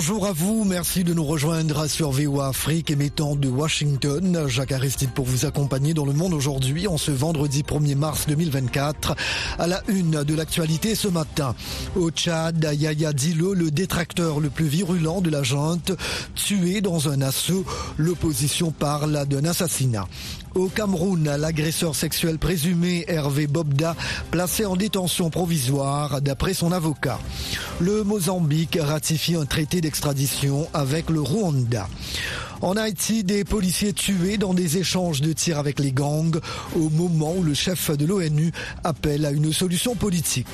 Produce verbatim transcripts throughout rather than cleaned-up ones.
Bonjour à vous, merci de nous rejoindre sur V O A Afrique émettant de Washington. Jacques Aristide pour vous accompagner dans le monde aujourd'hui en ce vendredi premier mars deux mille vingt-quatre. À la une de l'actualité ce matin, au Tchad, Yaya Dillo, le détracteur le plus virulent de la junte, tué dans un assaut. L'opposition parle d'un assassinat. Au Cameroun, l'agresseur sexuel présumé Hervé Bobda placé en détention provisoire d'après son avocat. Le Mozambique ratifie un traité d'extradition avec le Rwanda. En Haïti, des policiers tués dans des échanges de tirs avec les gangs au moment où le chef de l'ONU appelle à une solution politique.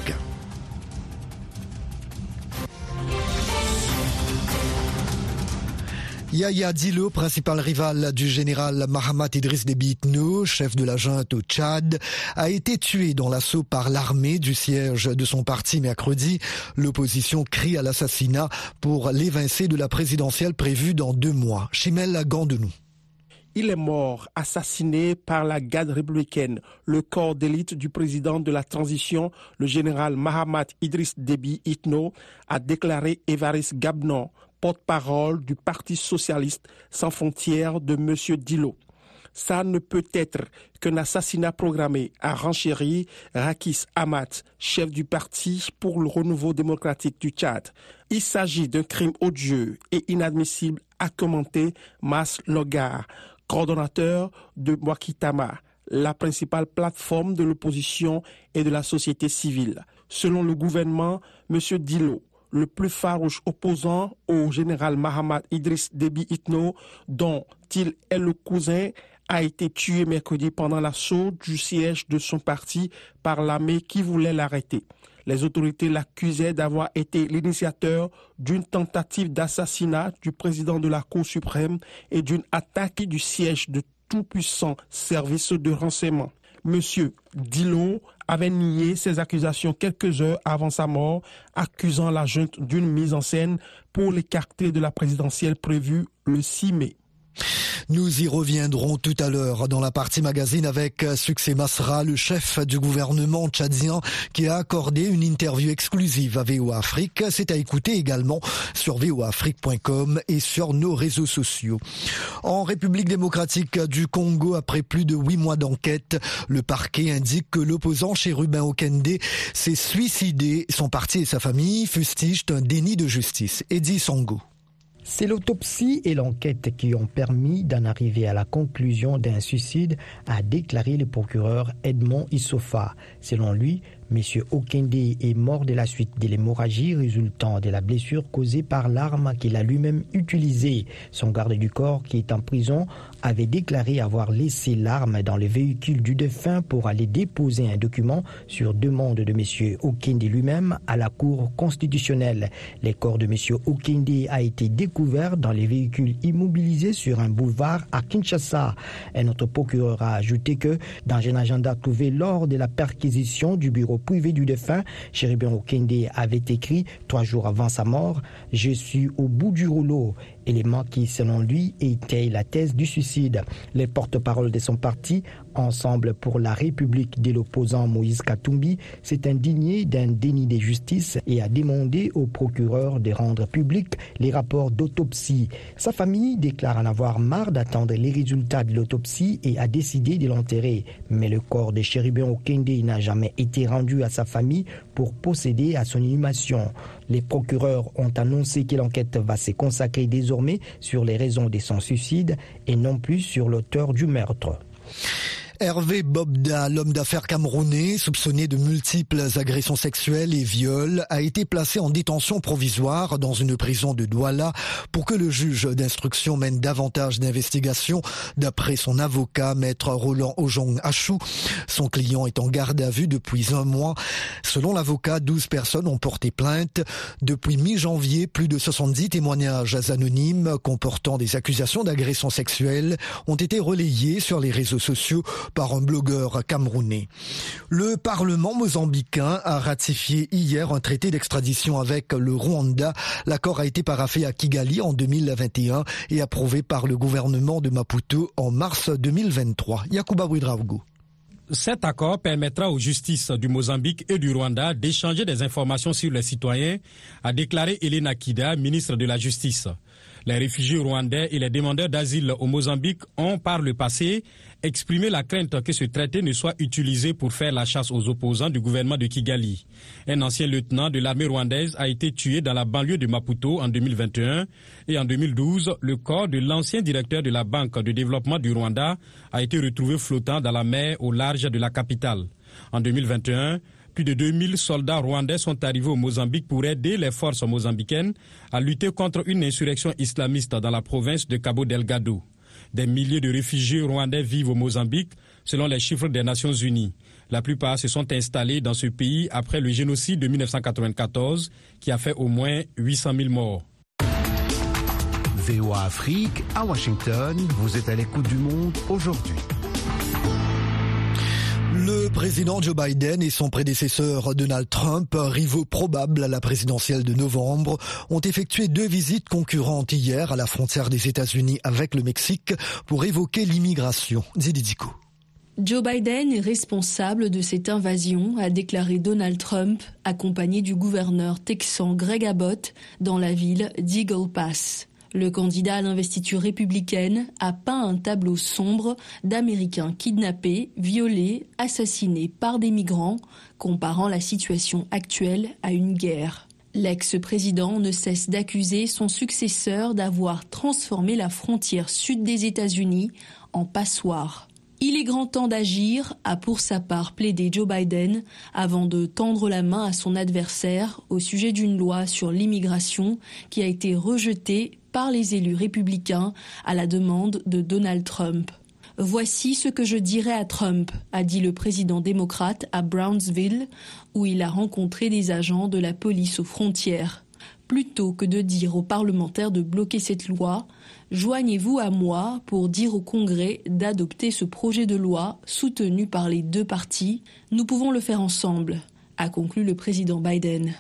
Yaya Dillo, principal rival du général Mahamat Idriss Déby Itno, chef de la junte au Tchad, a été tué dans l'assaut par l'armée du siège de son parti mercredi. L'opposition crie à l'assassinat pour l'évincer de la présidentielle prévue dans deux mois. Chimel Gandenou. Il est mort, assassiné par la garde républicaine, le corps d'élite du président de la transition, le général Mahamat Idriss Déby Itno, a déclaré Évariste Gabnon, porte-parole du Parti socialiste sans frontières de M. Dillo. Ça ne peut être qu'un assassinat programmé, a renchéri Rakis Amat, chef du Parti pour le renouveau démocratique du Tchad. Il s'agit d'un crime odieux et inadmissible, a commenté Mas Logar, coordonnateur de Mwakitama, la principale plateforme de l'opposition et de la société civile. Selon le gouvernement, M. Dillo, le plus farouche opposant au général Mahamat Idriss Déby Itno, dont il est le cousin, a été tué mercredi pendant l'assaut du siège de son parti par l'armée qui voulait l'arrêter. Les autorités l'accusaient d'avoir été l'initiateur d'une tentative d'assassinat du président de la Cour suprême et d'une attaque du siège de tout-puissant service de renseignement. Monsieur Dillo avait nié ces accusations quelques heures avant sa mort, accusant la junte d'une mise en scène pour l'écarter de la présidentielle prévue le six mai. Nous y reviendrons tout à l'heure dans la partie magazine avec Succès Masra, le chef du gouvernement tchadien qui a accordé une interview exclusive à V O A Afrique. C'est à écouter également sur v o a afrique point com et sur nos réseaux sociaux. En République démocratique du Congo, après plus de huit mois d'enquête, le parquet indique que l'opposant Chérubin Okende s'est suicidé. Son parti et sa famille fustigent un déni de justice. Eddie Songo. C'est l'autopsie et l'enquête qui ont permis d'en arriver à la conclusion d'un suicide, a déclaré le procureur Edmond Issofa. Selon lui, M. Okende est mort de la suite de l'hémorragie résultant de la blessure causée par l'arme qu'il a lui-même utilisée. Son garde du corps, qui est en prison, avait déclaré avoir laissé l'arme dans le véhicule du défunt pour aller déposer un document sur demande de M. Okende lui-même à la Cour constitutionnelle. Le corps de M. Okende a été découvert dans les véhicules immobilisés sur un boulevard à Kinshasa. Un autre procureur a ajouté que, dans un agenda trouvé lors de la perquisition du bureau privé du défunt, Chérubin Okende avait écrit trois jours avant sa mort « Je suis au bout du rouleau », élément qui, selon lui, était la thèse du suicide. Les porte-parole de son parti, Ensemble pour la République de l'opposant Moïse Katumbi, s'est indigné d'un déni de justice et a demandé au procureur de rendre public les rapports d'autopsie. Sa famille déclare en avoir marre d'attendre les résultats de l'autopsie et a décidé de l'enterrer. Mais le corps de Chérubin Okende n'a jamais été rendu à sa famille pour procéder à son inhumation. Les procureurs ont annoncé que l'enquête va se consacrer désormais sur les raisons de son suicide et non plus sur l'auteur du meurtre. Hervé Bobda, l'homme d'affaires camerounais, soupçonné de multiples agressions sexuelles et viols, a été placé en détention provisoire dans une prison de Douala pour que le juge d'instruction mène davantage d'investigations. D'après son avocat, maître Roland Ojong Achou, son client est en garde à vue depuis un mois. Selon l'avocat, douze personnes ont porté plainte. Depuis mi-janvier, plus de soixante-dix témoignages anonymes comportant des accusations d'agressions sexuelles ont été relayés sur les réseaux sociaux par un blogueur camerounais. Le Parlement mozambicain a ratifié hier un traité d'extradition avec le Rwanda. L'accord a été paraphé à Kigali en deux mille vingt et un et approuvé par le gouvernement de Maputo en mars deux mille vingt-trois. Yacouba Ouedraogo. Cet accord permettra aux justices du Mozambique et du Rwanda d'échanger des informations sur les citoyens, a déclaré Elena Kida, ministre de la Justice. Les réfugiés rwandais et les demandeurs d'asile au Mozambique ont, par le passé, exprimé la crainte que ce traité ne soit utilisé pour faire la chasse aux opposants du gouvernement de Kigali. Un ancien lieutenant de l'armée rwandaise a été tué dans la banlieue de Maputo en deux mille vingt et un et en deux mille douze, le corps de l'ancien directeur de la Banque de développement du Rwanda a été retrouvé flottant dans la mer au large de la capitale. En deux mille vingt et un, plus de deux mille soldats rwandais sont arrivés au Mozambique pour aider les forces mozambicaines à lutter contre une insurrection islamiste dans la province de Cabo Delgado. Des milliers de réfugiés rwandais vivent au Mozambique, selon les chiffres des Nations Unies. La plupart se sont installés dans ce pays après le génocide de mille neuf cent quatre-vingt-quatorze, qui a fait au moins huit cent mille morts. V O A Afrique, à Washington, vous êtes à l'écoute du monde aujourd'hui. Le président Joe Biden et son prédécesseur Donald Trump, rivaux probables à la présidentielle de novembre, ont effectué deux visites concurrentes hier à la frontière des États-Unis avec le Mexique pour évoquer l'immigration. Zididiko. Joe Biden est responsable de cette invasion, a déclaré Donald Trump, accompagné du gouverneur texan Greg Abbott dans la ville d'Eagle Pass. Le candidat à l'investiture républicaine a peint un tableau sombre d'Américains kidnappés, violés, assassinés par des migrants, comparant la situation actuelle à une guerre. L'ex-président ne cesse d'accuser son successeur d'avoir transformé la frontière sud des États-Unis en passoire. Il est grand temps d'agir, a pour sa part plaidé Joe Biden, avant de tendre la main à son adversaire au sujet d'une loi sur l'immigration qui a été rejetée par les élus républicains à la demande de Donald Trump. Voici ce que je dirais à Trump, a dit le président démocrate à Brownsville, où il a rencontré des agents de la police aux frontières. Plutôt que de dire aux parlementaires de bloquer cette loi, joignez-vous à moi pour dire au Congrès d'adopter ce projet de loi soutenu par les deux partis. Nous pouvons le faire ensemble, a conclu le président Biden.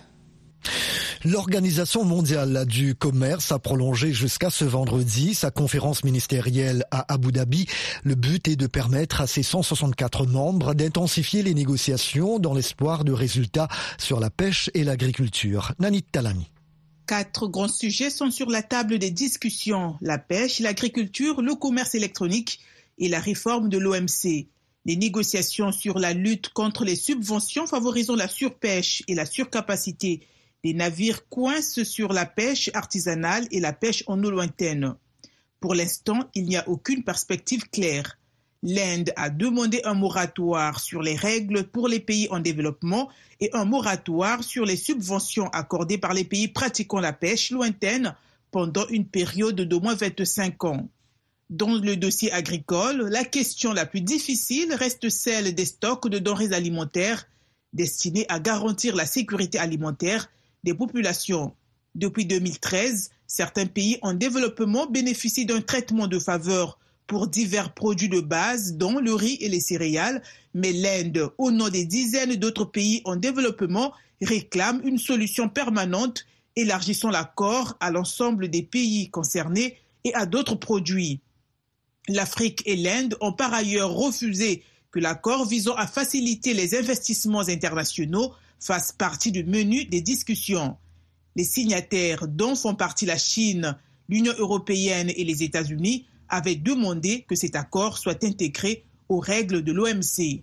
L'Organisation mondiale du commerce a prolongé jusqu'à ce vendredi sa conférence ministérielle à Abu Dhabi. Le but est de permettre à ses cent soixante-quatre membres d'intensifier les négociations dans l'espoir de résultats sur la pêche et l'agriculture. Nanit Talani. Quatre grands sujets sont sur la table des discussions, la pêche, l'agriculture, le commerce électronique et la réforme de l'O M C. Les négociations sur la lutte contre les subventions favorisant la surpêche et la surcapacité des navires coincent sur la pêche artisanale et la pêche en eau lointaine. Pour l'instant, il n'y a aucune perspective claire. L'Inde a demandé un moratoire sur les règles pour les pays en développement et un moratoire sur les subventions accordées par les pays pratiquant la pêche lointaine pendant une période d'au moins vingt-cinq ans. Dans le dossier agricole, la question la plus difficile reste celle des stocks de denrées alimentaires destinés à garantir la sécurité alimentaire des populations. Depuis deux mille treize, certains pays en développement bénéficient d'un traitement de faveur pour divers produits de base, dont le riz et les céréales, mais l'Inde, au nom des dizaines d'autres pays en développement, réclame une solution permanente, élargissant l'accord à l'ensemble des pays concernés et à d'autres produits. L'Afrique et l'Inde ont par ailleurs refusé que l'accord visant à faciliter les investissements internationaux fasse partie du menu des discussions. Les signataires, dont font partie la Chine, l'Union européenne et les États-Unis, avaient demandé que cet accord soit intégré aux règles de l'O M C.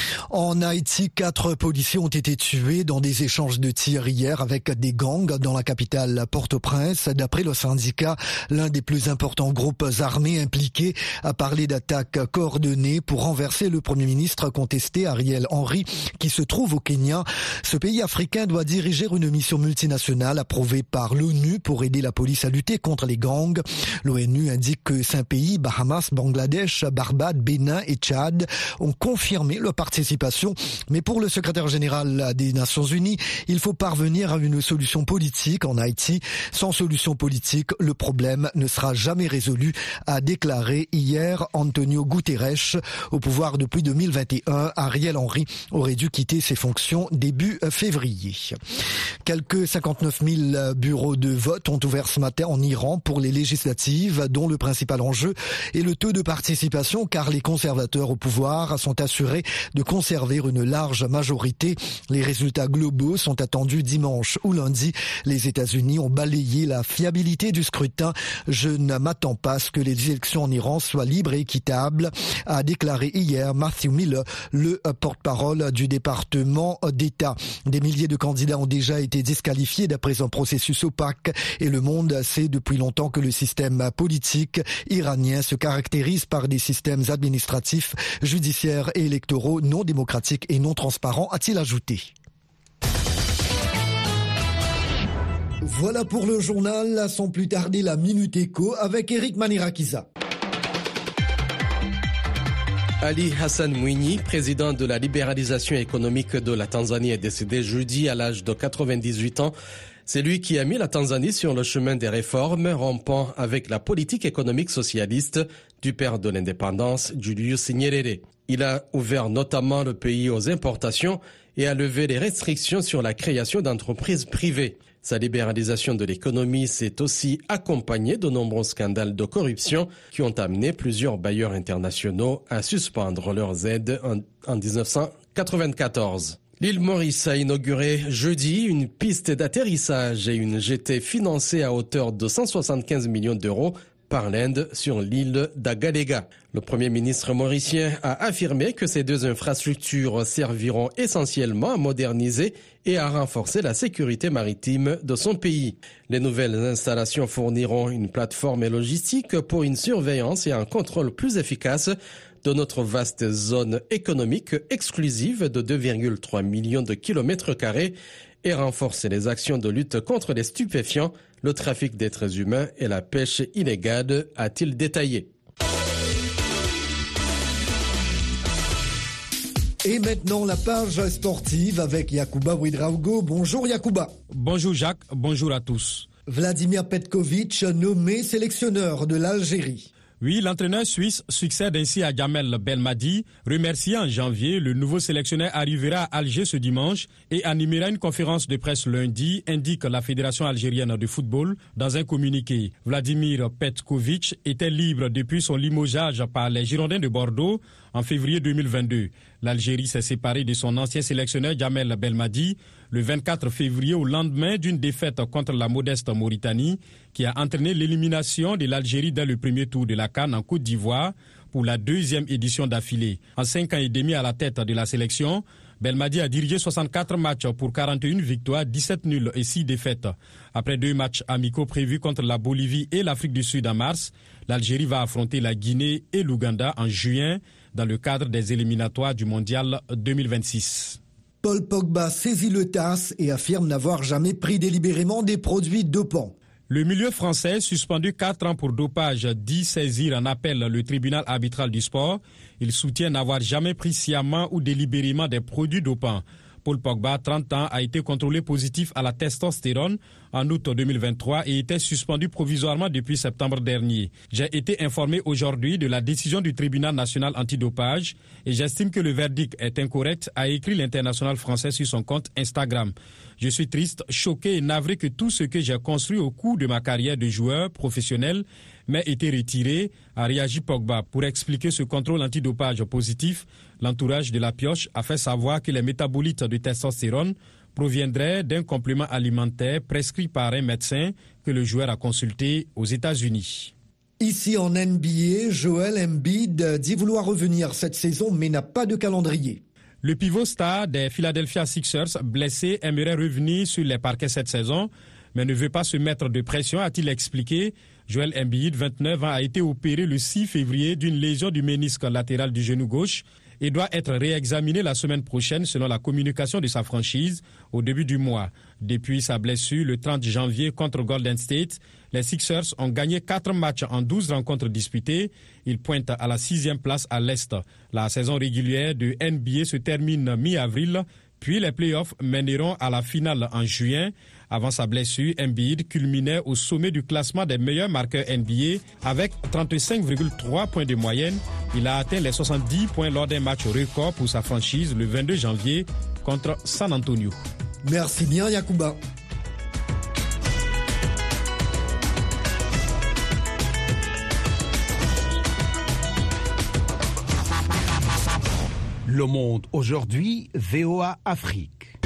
En Haïti, quatre policiers ont été tués dans des échanges de tirs hier avec des gangs dans la capitale Port-au-Prince. D'après le syndicat, l'un des plus importants groupes armés impliqués a parlé d'attaques coordonnées pour renverser le Premier ministre contesté Ariel Henry qui se trouve au Kenya. Ce pays africain doit diriger une mission multinationale approuvée par l'ONU pour aider la police à lutter contre les gangs. L'ONU indique que cinq pays, Bahamas, Bangladesh, Barbade, Bénin et Tchad, ont confirmé leur participation participation. Mais pour le secrétaire général des Nations Unies, il faut parvenir à une solution politique en Haïti. Sans solution politique, le problème ne sera jamais résolu, a déclaré hier Antonio Guterres. Au pouvoir depuis deux mille vingt et un, Ariel Henry aurait dû quitter ses fonctions début février. Quelques cinquante-neuf mille bureaux de vote ont ouvert ce matin en Iran pour les législatives, dont le principal enjeu est le taux de participation, car les conservateurs au pouvoir sont assurés de conserver une large majorité. Les résultats globaux sont attendus dimanche ou lundi. Les États-Unis ont balayé la fiabilité du scrutin. Je ne m'attends pas à ce que les élections en Iran soient libres et équitables, a déclaré hier Matthew Miller, le porte-parole du département d'État. Des milliers de candidats ont déjà été disqualifiés d'après un processus opaque et le monde sait depuis longtemps que le système politique iranien se caractérise par des systèmes administratifs, judiciaires et électoraux non démocratiques et non transparents, a-t-il ajouté. Voilà pour le journal, sans plus tarder la Minute Éco avec Eric Manirakiza. Ali Hassan Mwinyi, président de la libéralisation économique de la Tanzanie, est décédé jeudi à l'âge de quatre-vingt-dix-huit ans. C'est lui qui a mis la Tanzanie sur le chemin des réformes, rompant avec la politique économique socialiste du père de l'indépendance, Julius Nyerere. Il a ouvert notamment le pays aux importations et a levé les restrictions sur la création d'entreprises privées. Sa libéralisation de l'économie s'est aussi accompagnée de nombreux scandales de corruption qui ont amené plusieurs bailleurs internationaux à suspendre leurs aides en, en dix-neuf cent quatre-vingt-quatorze. L'île Maurice a inauguré jeudi une piste d'atterrissage et une jetée financée à hauteur de cent soixante-quinze millions d'euros par l'Inde sur l'île d'Agalega. Le Premier ministre mauricien a affirmé que ces deux infrastructures serviront essentiellement à moderniser et à renforcer la sécurité maritime de son pays. Les nouvelles installations fourniront une plateforme logistique pour une surveillance et un contrôle plus efficace de notre vaste zone économique exclusive de deux virgule trois millions de kilomètres carrés et renforcer les actions de lutte contre les stupéfiants, le trafic d'êtres humains et la pêche illégale, a-t-il détaillé. Et maintenant, la page sportive avec Yacouba Ouedraogo. Bonjour Yacouba. Bonjour Jacques, bonjour à tous. Vladimir Petkovic, nommé sélectionneur de l'Algérie. Oui, l'entraîneur suisse succède ainsi à Djamel Belmadi. Remercié en janvier, le nouveau sélectionneur arrivera à Alger ce dimanche et animera une conférence de presse lundi, indique la Fédération algérienne de football dans un communiqué. Vladimir Petkovic était libre depuis son limogeage par les Girondins de Bordeaux en février deux mille vingt-deux. L'Algérie s'est séparée de son ancien sélectionneur Djamel Belmadi le vingt-quatre février au lendemain d'une défaite contre la modeste Mauritanie qui a entraîné l'élimination de l'Algérie dans le premier tour de la CAN en Côte d'Ivoire pour la deuxième édition d'affilée. En cinq ans et demi à la tête de la sélection, Belmadi a dirigé soixante-quatre matchs pour quarante et une victoires, dix-sept nuls et six défaites. Après deux matchs amicaux prévus contre la Bolivie et l'Afrique du Sud en mars, l'Algérie va affronter la Guinée et l'Ouganda en juin dans le cadre des éliminatoires du Mondial deux mille vingt-six. Paul Pogba saisit le T A S et affirme n'avoir jamais pris délibérément des produits dopants. Le milieu français, suspendu quatre ans pour dopage, dit saisir en appel le tribunal arbitral du sport. Il soutient n'avoir jamais pris sciemment ou délibérément des produits dopants. Paul Pogba, trente ans, a été contrôlé positif à la testostérone en août deux mille vingt-trois et était suspendu provisoirement depuis septembre dernier. J'ai été informé aujourd'hui de la décision du tribunal national antidopage et j'estime que le verdict est incorrect, a écrit l'international français sur son compte Instagram. Je suis triste, choqué et navré que tout ce que j'ai construit au cours de ma carrière de joueur professionnel m'ait été retiré, a réagi Pogba. Pour expliquer ce contrôle antidopage positif, l'entourage de la pioche a fait savoir que les métabolites de testostérone proviendraient d'un complément alimentaire prescrit par un médecin que le joueur a consulté aux États-Unis. Ici en N B A, Joel Embiid dit vouloir revenir cette saison mais n'a pas de calendrier. Le pivot star des Philadelphia Sixers, blessé, aimerait revenir sur les parquets cette saison, mais ne veut pas se mettre de pression, a-t-il expliqué. Joel Embiid, vingt-neuf ans, a été opéré le six février d'une lésion du ménisque latéral du genou gauche et doit être réexaminé la semaine prochaine selon la communication de sa franchise au début du mois. Depuis sa blessure le trente janvier contre Golden State, les Sixers ont gagné quatre matchs en douze rencontres disputées. Ils pointent à la sixième place à l'Est. La saison régulière de N B A se termine mi-avril, puis les playoffs mèneront à la finale en juin. Avant sa blessure, Embiid culminait au sommet du classement des meilleurs marqueurs N B A avec trente-cinq virgule trois points de moyenne. Il a atteint les soixante-dix points lors d'un match record pour sa franchise le vingt-deux janvier contre San Antonio. Merci bien Yacouba. Le Monde aujourd'hui, V O A Afrique.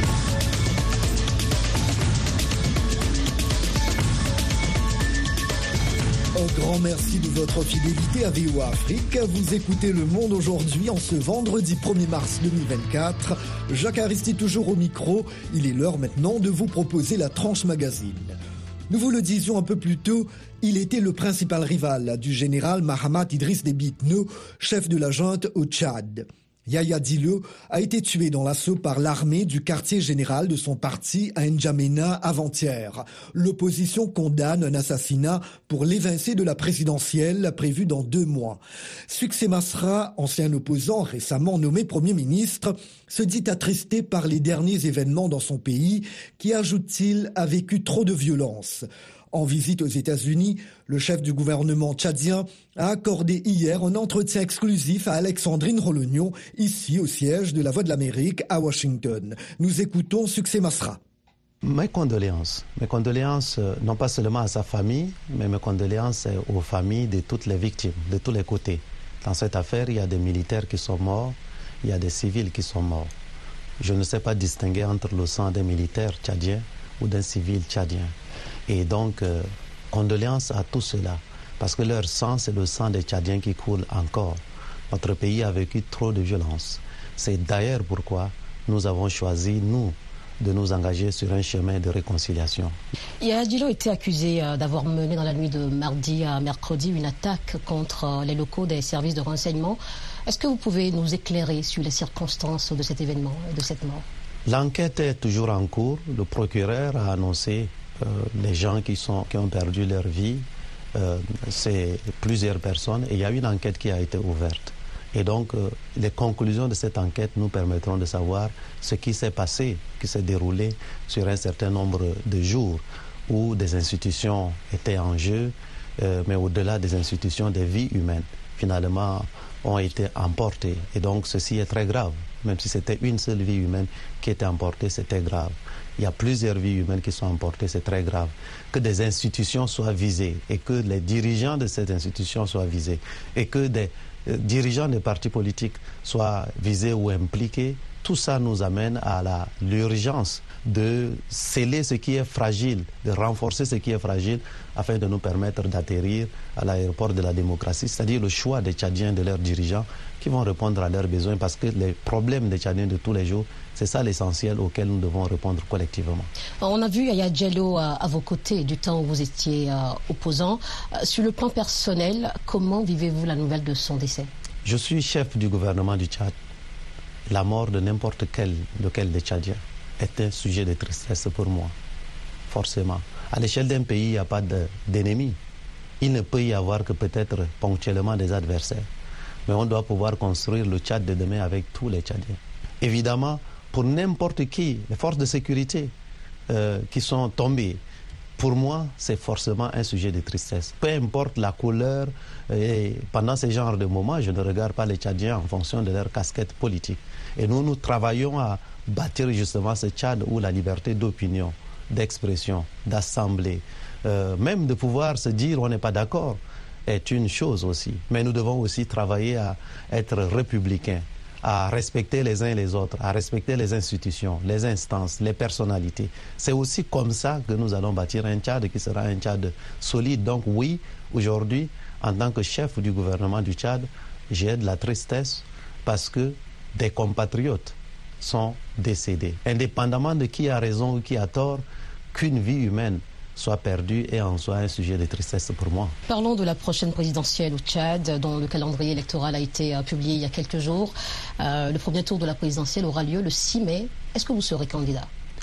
Un grand merci de votre fidélité à V O A Afrique. Vous écoutez Le Monde aujourd'hui en ce vendredi premier mars deux mille vingt-quatre. Jacques Aristide toujours au micro. Il est l'heure maintenant de vous proposer la tranche magazine. Nous vous le disions un peu plus tôt, il était le principal rival du général Mahamat Idriss Déby Itno, chef de la junte au Tchad. Yaya Dillo a été tué dans l'assaut par l'armée du quartier général de son parti à N'Djamena avant-hier. L'opposition condamne un assassinat pour l'évincer de la présidentielle prévue dans deux mois. Succès Masra, ancien opposant récemment nommé Premier ministre, se dit attristé par les derniers événements dans son pays qui, ajoute-t-il, a vécu trop de violence. En visite aux États-Unis, le chef du gouvernement tchadien a accordé hier un entretien exclusif à Alexandrine Rolognon, ici au siège de la Voix de l'Amérique à Washington. Nous écoutons Succès Masra. Mes condoléances. Mes condoléances non pas seulement à sa famille, mais mes condoléances aux familles de toutes les victimes, de tous les côtés. Dans cette affaire, il y a des militaires qui sont morts, il y a des civils qui sont morts. Je ne sais pas distinguer entre le sang d'un militaire tchadien ou d'un civil tchadien. Et donc, euh, condoléances à tout cela, parce que leur sang, c'est le sang des Tchadiens qui coule encore. Notre pays a vécu trop de violence. C'est d'ailleurs pourquoi nous avons choisi, nous, de nous engager sur un chemin de réconciliation. Yaya Dillo était accusé euh, d'avoir mené dans la nuit de mardi à mercredi une attaque contre euh, les locaux des services de renseignement. Est-ce que vous pouvez nous éclairer sur les circonstances de cet événement et de cette mort? L'enquête est toujours en cours. Le procureur a annoncé Euh, les gens qui, sont, qui ont perdu leur vie, euh, c'est plusieurs personnes et il y a une enquête qui a été ouverte. Et donc, euh, les conclusions de cette enquête nous permettront de savoir ce qui s'est passé, qui s'est déroulé sur un certain nombre de jours où des institutions étaient en jeu, euh, mais au-delà des institutions, des vies humaines, finalement, ont été emportées. Et donc, ceci est très grave. Même si c'était une seule vie humaine qui était emportée, c'était grave. Il y a plusieurs vies humaines qui sont emportées, c'est très grave. Que des institutions soient visées et que les dirigeants de ces institutions soient visés et que des euh, dirigeants des partis politiques soient visés ou impliqués, tout ça nous amène à la, l'urgence de sceller ce qui est fragile, de renforcer ce qui est fragile afin de nous permettre d'atterrir à l'aéroport de la démocratie, c'est-à-dire le choix des Tchadiens, de leurs dirigeants qui vont répondre à leurs besoins parce que les problèmes des Tchadiens de tous les jours, c'est ça l'essentiel auquel nous devons répondre collectivement. On a vu Yaya Dillo à, à vos côtés du temps où vous étiez euh, opposant. Euh, sur le plan personnel, comment vivez-vous la nouvelle de son décès? Je suis chef du gouvernement du Tchad. La mort de n'importe quel, lequel des Tchadiens est un sujet de tristesse pour moi, forcément. À l'échelle d'un pays, il n'y a pas de, d'ennemis. Il ne peut y avoir que peut-être ponctuellement des adversaires. Mais on doit pouvoir construire le Tchad de demain avec tous les Tchadiens. Évidemment, pour n'importe qui, les forces de sécurité euh, qui sont tombées, pour moi, c'est forcément un sujet de tristesse. Peu importe la couleur, et pendant ce genre de moments, je ne regarde pas les Tchadiens en fonction de leur casquette politique. Et nous, nous travaillons à bâtir justement ce Tchad où la liberté d'opinion, d'expression, d'assemblée, euh, même de pouvoir se dire on n'est pas d'accord, est une chose aussi. Mais nous devons aussi travailler à être républicains, à respecter les uns et les autres, à respecter les institutions, les instances, les personnalités. C'est aussi comme ça que nous allons bâtir un Tchad qui sera un Tchad solide. Donc oui, aujourd'hui, en tant que chef du gouvernement du Tchad, j'ai de la tristesse parce que des compatriotes sont décédés. Indépendamment de qui a raison ou qui a tort, qu'une vie humaine soit perdu et en soit un sujet de tristesse pour moi. Parlons de la prochaine présidentielle au Tchad, dont le calendrier électoral a été publié il y a quelques jours. Euh, le premier tour de la présidentielle aura lieu le six mai. Est-ce que vous serez candidat ?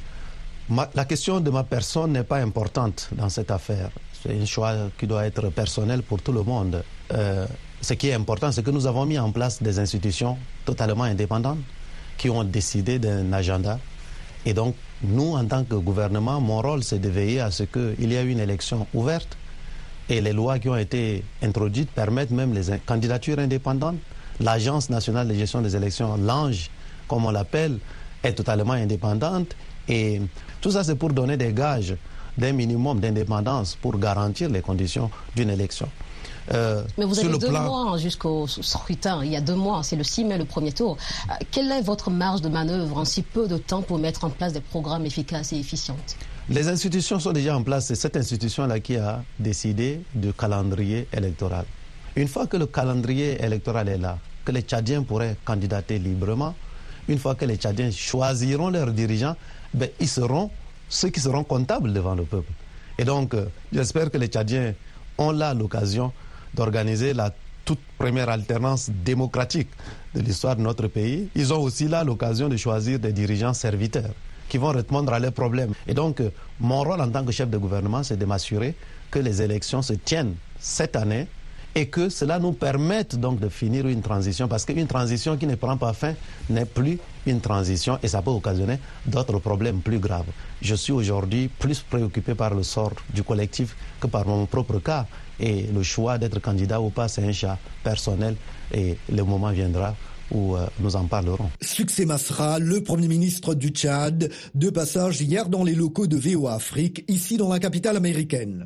Ma, la question de ma personne n'est pas importante dans cette affaire. C'est un choix qui doit être personnel pour tout le monde. Euh, ce qui est important, c'est que nous avons mis en place des institutions totalement indépendantes qui ont décidé d'un agenda. Et donc, nous, en tant que gouvernement, mon rôle, c'est de veiller à ce qu'il y ait une élection ouverte. Et les lois qui ont été introduites permettent même les candidatures indépendantes. L'Agence nationale de gestion des élections, l'ANGE, comme on l'appelle, est totalement indépendante. Et tout ça, c'est pour donner des gages d'un minimum d'indépendance pour garantir les conditions d'une élection. Euh, Mais vous avez deux plan... mois jusqu'au scrutin, il y a deux mois, c'est le six mai le premier tour. Euh, quelle est votre marge de manœuvre en si peu de temps pour mettre en place des programmes efficaces et efficients? Les institutions sont déjà en place, c'est cette institution-là qui a décidé du calendrier électoral. Une fois que le calendrier électoral est là, que les Tchadiens pourraient candidater librement, une fois que les Tchadiens choisiront leurs dirigeants, ben, ils seront ceux qui seront comptables devant le peuple. Et donc, euh, j'espère que les Tchadiens ont là l'occasion d'organiser la toute première alternance démocratique de l'histoire de notre pays. Ils ont aussi là l'occasion de choisir des dirigeants serviteurs qui vont répondre à leurs problèmes. Et donc, euh, mon rôle en tant que chef de gouvernement, c'est de m'assurer que les élections se tiennent cette année et que cela nous permette donc de finir une transition, parce qu'une transition qui ne prend pas fin n'est plus une transition et ça peut occasionner d'autres problèmes plus graves. Je suis aujourd'hui plus préoccupé par le sort du collectif que par mon propre cas, et le choix d'être candidat ou pas, c'est un choix personnel et le moment viendra où euh, nous en parlerons. Succès Masra, le Premier ministre du Tchad, de passage hier dans les locaux de V O A Afrique, ici dans la capitale américaine.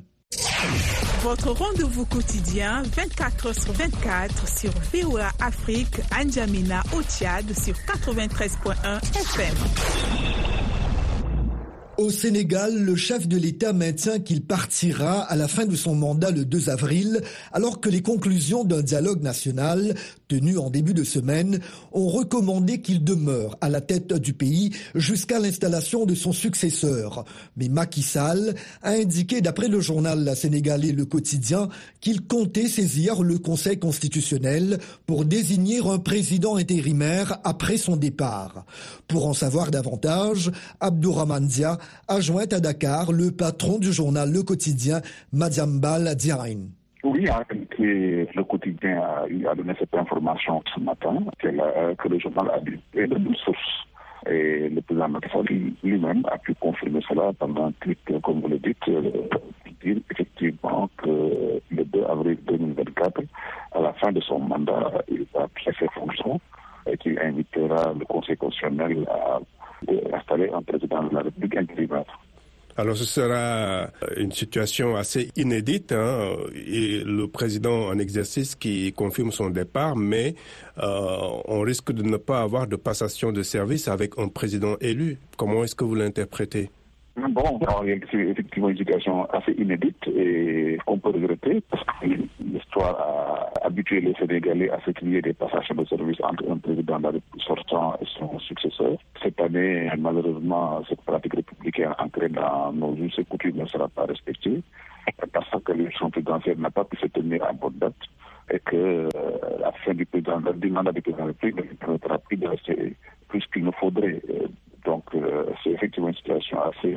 Votre rendez-vous quotidien vingt-quatre heures sur vingt-quatre sur V O A Afrique, N'Djamena au Tchad sur quatre-vingt-treize point un F M. Au Sénégal, le chef de l'État maintient qu'il partira à la fin de son mandat le deux avril, alors que les conclusions d'un dialogue national tenu en début de semaine ont recommandé qu'il demeure à la tête du pays jusqu'à l'installation de son successeur. Mais Macky Sall a indiqué, d'après le journal sénégalais Le Quotidien, qu'il comptait saisir le Conseil constitutionnel pour désigner un président intérimaire après son départ. Pour en savoir davantage, Abdourahmane Dia a joint à Dakar le patron du journal Le Quotidien, Madiambal Diagne. Oui, en réalité, le quotidien a, a donné cette information ce matin, que, la, que le journal a dit et de deux sources. Et le président Macky Sall lui-même a pu confirmer cela pendant un tweet, comme vous le dites, euh, dire effectivement que le deux avril deux mille vingt-quatre, à la fin de son mandat, il va quitter ses fonctions et qu'il invitera le Conseil constitutionnel à installer un président de la République intérimaire. Alors ce sera une situation assez inédite, hein, et le président en exercice qui confirme son départ, mais euh, on risque de ne pas avoir de passation de service avec un président élu. Comment est-ce que vous l'interprétez ? Bon, c'est effectivement une situation assez inédite et qu'on peut regretter parce que l'histoire a habitué les Sénégalais à ce qu'il y ait des passations de service entre un président de la République sortant et son successeur. Cette année, malheureusement, cette pratique républicaine ancrée dans nos us et coutumes ne sera pas respectée parce que l'élection présidentielle n'a pas pu se tenir à bonne date et que euh, la fin du, président, du mandat du président de la République ne permettra plus de rester plus qu'il ne faudrait. Donc, euh, c'est effectivement une situation assez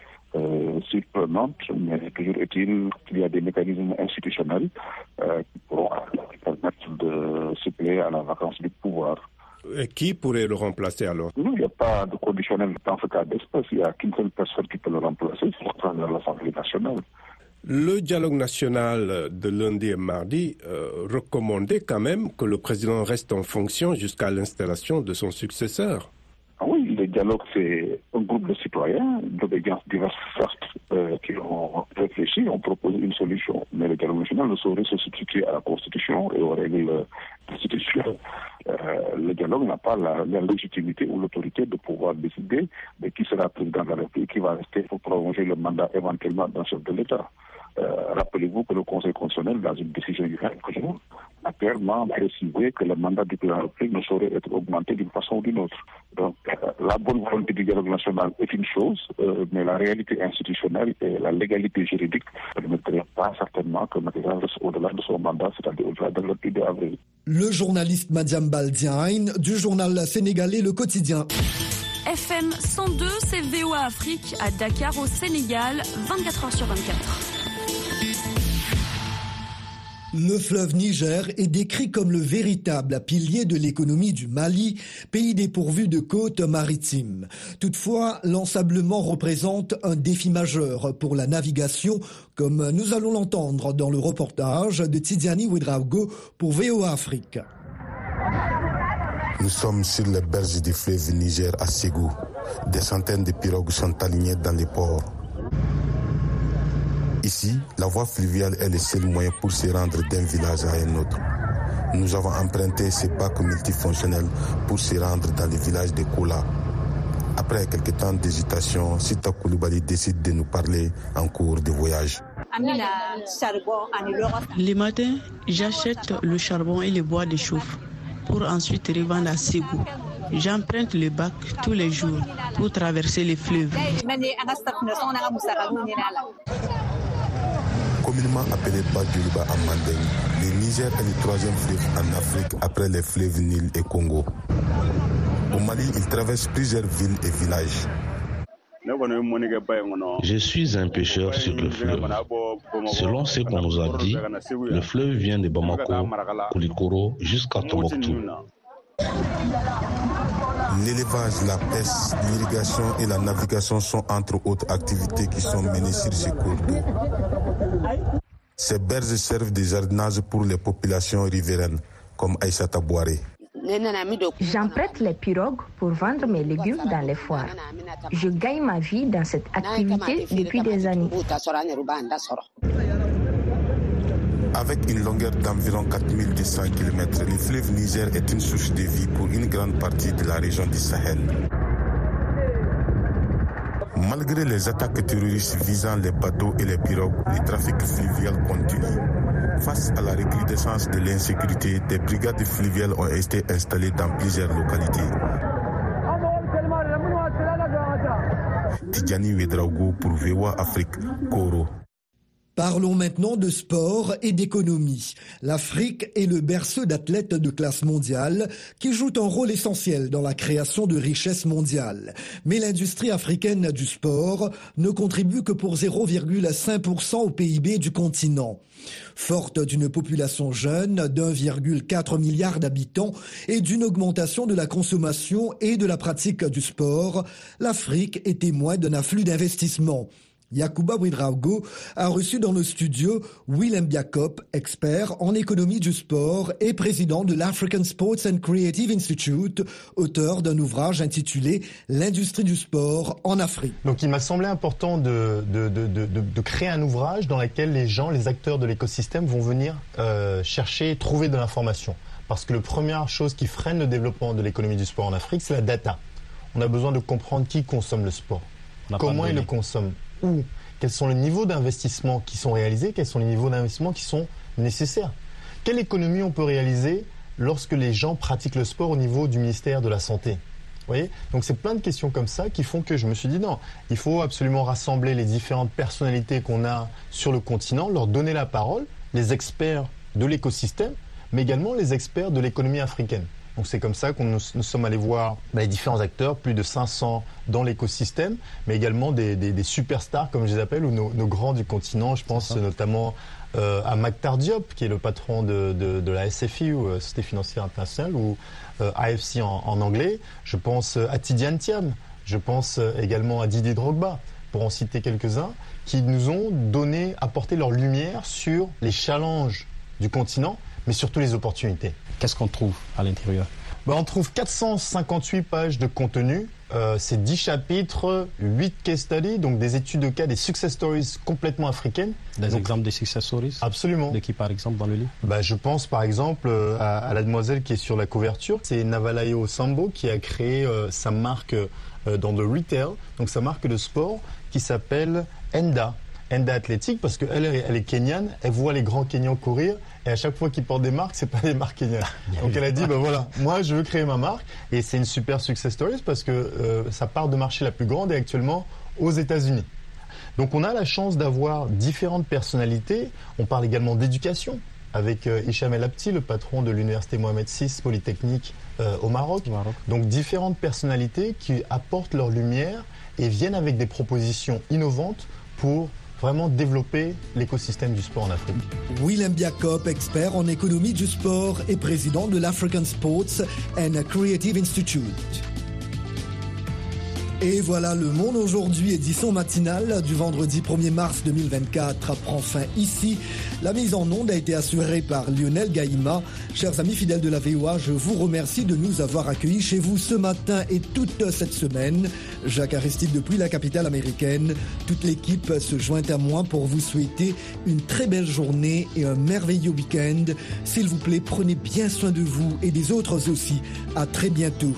euh, surprenante, mais toujours est-il qu'il y a des mécanismes institutionnels euh, qui pourront permettre de suppléer à la vacance du pouvoir. Et qui pourrait le remplacer alors? Non, il n'y a pas de conditionnel dans ce cas d'espèce. Il n'y a qu'une seule personne qui peut le remplacer, c'est le président de l'Assemblée nationale. Le dialogue national de lundi et mardi euh, recommandait quand même que le président reste en fonction jusqu'à l'installation de son successeur. Oui, le dialogue, c'est un groupe de citoyens d'obédience diverses euh, qui ont réfléchi, ont proposé une solution. Mais le dialogue national ne saurait se substituer à la Constitution et aux règles constitutionnelles. Euh, le dialogue n'a pas la, la légitimité ou l'autorité de pouvoir décider de qui sera président de la République, qui va rester pour prolonger le mandat éventuellement d'un chef de l'État. Euh, rappelez-vous que le Conseil constitutionnel, dans une décision du vingt-quatre jours, a clairement précisé que le mandat du président de la République ne saurait être augmenté d'une façon ou d'une autre. Donc, euh, la bonne volonté du dialogue national est une chose, euh, mais la réalité institutionnelle et la légalité juridique ne permettraient pas certainement que Macky Sall reste au-delà de son mandat, c'est-à-dire au-delà de l'autre deux avril. Le journaliste Madiam Baldiane du journal sénégalais Le Quotidien. F M cent deux, c'est V O A Afrique à Dakar au Sénégal, vingt-quatre heures sur vingt-quatre. Le fleuve Niger est décrit comme le véritable pilier de l'économie du Mali, pays dépourvu de côtes maritimes. Toutefois, l'ensablement représente un défi majeur pour la navigation, comme nous allons l'entendre dans le reportage de Tidjani Ouedraogo pour V O A Afrique. Nous sommes sur les berges du fleuve Niger à Ségou. Des centaines de pirogues sont alignées dans les ports. Ici, la voie fluviale est le seul moyen pour se rendre d'un village à un autre. Nous avons emprunté ces bacs multifonctionnels pour se rendre dans le village de Koula. Après quelques temps d'hésitation, Sita Koulibaly décide de nous parler en cours de voyage. Les matins, j'achète le charbon et le bois de chauffe pour ensuite revendre à Ségou. J'emprunte le bac tous les jours pour traverser les fleuves. Communément appelé Badjouliba en Mandeng, le Niger est le troisième fleuve en Afrique après les fleuves Nil et Congo. Au Mali, il traverse plusieurs villes et villages. Je suis un pêcheur sur le fleuve. Selon ce qu'on nous a dit, le fleuve vient de Bamako, Koulikoro jusqu'à Tombouctou. L'élevage, la pêche, l'irrigation et la navigation sont entre autres activités qui sont menées sur ces cours d'eau. Ces berges servent de jardinage pour les populations riveraines, comme Aïssata Bouaré. J'emprunte les pirogues pour vendre mes légumes dans les foires. Je gagne ma vie dans cette activité depuis des années. Avec une longueur d'environ quatre mille deux cents kilomètres, le fleuve Niger est une source de vie pour une grande partie de la région du Sahel. Malgré les attaques terroristes visant les bateaux et les pirogues, le trafic fluvial continue. Face à la recrudescence de l'insécurité, des brigades fluviales ont été installées dans plusieurs localités. Tidjani Ouedraogo pour V O A Afrique, Koro. Parlons maintenant de sport et d'économie. L'Afrique est le berceau d'athlètes de classe mondiale qui jouent un rôle essentiel dans la création de richesses mondiales. Mais l'industrie africaine du sport ne contribue que pour zéro virgule cinq pour cent au P I B du continent. Forte d'une population jeune d'un virgule quatre milliard d'habitants et d'une augmentation de la consommation et de la pratique du sport, l'Afrique est témoin d'un afflux d'investissements. Yacouba Ouedraogo a reçu dans le studio Willem Biakop, expert en économie du sport et président de l'African Sports and Creative Institute, auteur d'un ouvrage intitulé « L'industrie du sport en Afrique ». Donc il m'a semblé important de, de, de, de, de créer un ouvrage dans lequel les gens, les acteurs de l'écosystème vont venir euh, chercher, trouver de l'information. Parce que la première chose qui freine le développement de l'économie du sport en Afrique, c'est la data. On a besoin de comprendre qui consomme le sport, comment il le consomme. Où, quels sont les niveaux d'investissement qui sont réalisés, quels sont les niveaux d'investissement qui sont nécessaires. Quelle économie on peut réaliser lorsque les gens pratiquent le sport au niveau du ministère de la Santé? Vous voyez? Donc c'est plein de questions comme ça qui font que je me suis dit non, il faut absolument rassembler les différentes personnalités qu'on a sur le continent, leur donner la parole, les experts de l'écosystème, mais également les experts de l'économie africaine. Donc c'est comme ça que nous, nous sommes allés voir bah, les différents acteurs, plus de cinq cents dans l'écosystème, mais également des, des, des superstars, comme je les appelle, ou nos, nos grands du continent. Je pense notamment euh, à Maktar Diop, qui est le patron de, de, de la S F I, ou euh, Société financière internationale, ou euh, A F C en, en anglais. Je pense à Tidiane Thiam. Je pense également à Didier Drogba, pour en citer quelques-uns, qui nous ont donné, apporté leur lumière sur les challenges du continent, mais surtout les opportunités. Qu'est-ce qu'on trouve à l'intérieur? Ben, on trouve quatre cent cinquante-huit pages de contenu, euh, c'est dix chapitres, huit case studies, donc des études de cas, des success stories complètement africaines. Des donc, exemples de success stories? Absolument. De qui par exemple dans le livre? Ben, je pense par exemple à, à la demoiselle qui est sur la couverture, c'est Navalayo Sambo qui a créé euh, sa marque euh, dans le retail, donc sa marque de sport qui s'appelle Enda. Enda Athletic, parce qu'elle elle est kenyane, elle voit les grands Kenyans courir, et à chaque fois qu'ils portent des marques, c'est pas des marques kenyanes. Donc elle a dit, ben voilà, moi je veux créer ma marque, et c'est une super success story parce que euh, ça part de marché la plus grande et actuellement aux États-Unis. Donc on a la chance d'avoir différentes personnalités. On parle également d'éducation avec euh, Hicham El Abti, le patron de l'université Mohamed six Polytechnique euh, au Maroc. Maroc. Donc différentes personnalités qui apportent leur lumière et viennent avec des propositions innovantes pour vraiment développer l'écosystème du sport en Afrique. Willem Biakop, expert en économie du sport et président de l'African Sports and Creative Institute. Et voilà, Le Monde aujourd'hui, édition matinale du vendredi premier mars deux mille vingt-quatre, prend fin ici. La mise en onde a été assurée par Lionel Gaïma. Chers amis fidèles de la V O A, je vous remercie de nous avoir accueillis chez vous ce matin et toute cette semaine. Jacques Aristide depuis la capitale américaine. Toute l'équipe se joint à moi pour vous souhaiter une très belle journée et un merveilleux week-end. S'il vous plaît, prenez bien soin de vous et des autres aussi. À très bientôt.